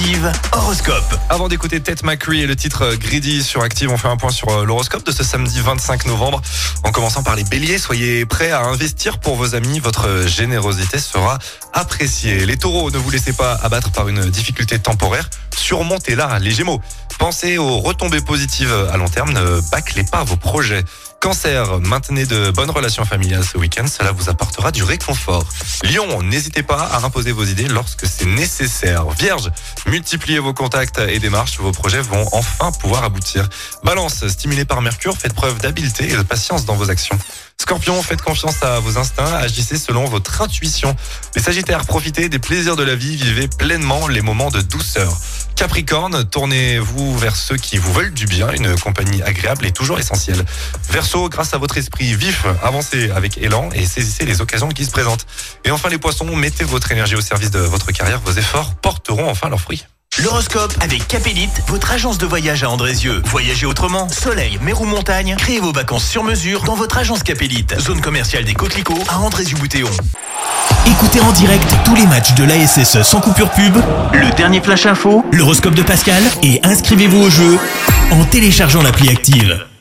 Active, horoscope. Avant d'écouter Tate McCree et le titre Greedy sur Active, on fait un point sur l'horoscope de ce samedi 25 novembre. En commençant par les béliers, soyez prêts à investir pour vos amis. Votre générosité sera appréciée. Les taureaux, ne vous laissez pas abattre par une difficulté temporaire. Surmontez-la. Les gémeaux, pensez aux retombées positives à long terme. Ne bâclez pas vos projets. Cancer, maintenez de bonnes relations familiales ce week-end, cela vous apportera du réconfort. Lion, n'hésitez pas à imposer vos idées lorsque c'est nécessaire. Vierge, multipliez vos contacts et démarches, vos projets vont enfin pouvoir aboutir. Balance, stimulé par Mercure, faites preuve d'habileté et de patience dans vos actions. Scorpion, faites confiance à vos instincts, agissez selon votre intuition. Les Sagittaires, profitez des plaisirs de la vie, vivez pleinement les moments de douceur. Capricorne, tournez-vous vers ceux qui vous veulent du bien, une compagnie agréable est toujours essentielle. Verseau, grâce à votre esprit vif, avancez avec élan et saisissez les occasions qui se présentent. Et enfin les poissons, mettez votre énergie au service de votre carrière, vos efforts porteront enfin leurs fruits. L'horoscope avec Capélite, votre agence de voyage à Andrézieux. Voyagez autrement, soleil, mer ou montagne, créez vos vacances sur mesure dans votre agence Capélite. Zone commerciale des Coquelicots à Andrézieux-Boutéon. Écoutez en direct tous les matchs de l'ASSE sans coupure pub, le dernier flash info, l'horoscope de Pascal et inscrivez-vous au jeu en téléchargeant l'appli Active.